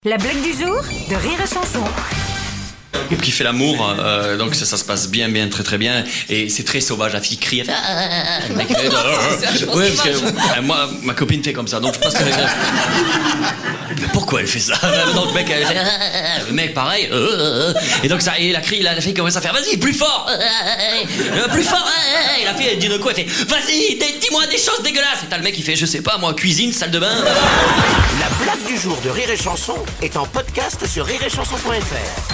La blague du jour de Rire et Chanson. Un couple qui fait l'amour, donc ça se passe bien, très bien, et c'est très sauvage. La fille crie, le mec fait, ouais, parce que moi, ma copine fait comme ça, donc je pense que mais pourquoi elle fait ça? Donc le mec, elle fait, le mec pareil, et donc ça, et la fille commence à faire, vas-y, plus fort, plus fort, et la fille elle dit de quoi, elle fait, vas-y, dis-moi des choses dégueulasses, et t'as le mec qui fait, je sais pas, moi, cuisine, salle de bain. La blague du jour de Rire et Chanson est en podcast sur rireetchanson.fr.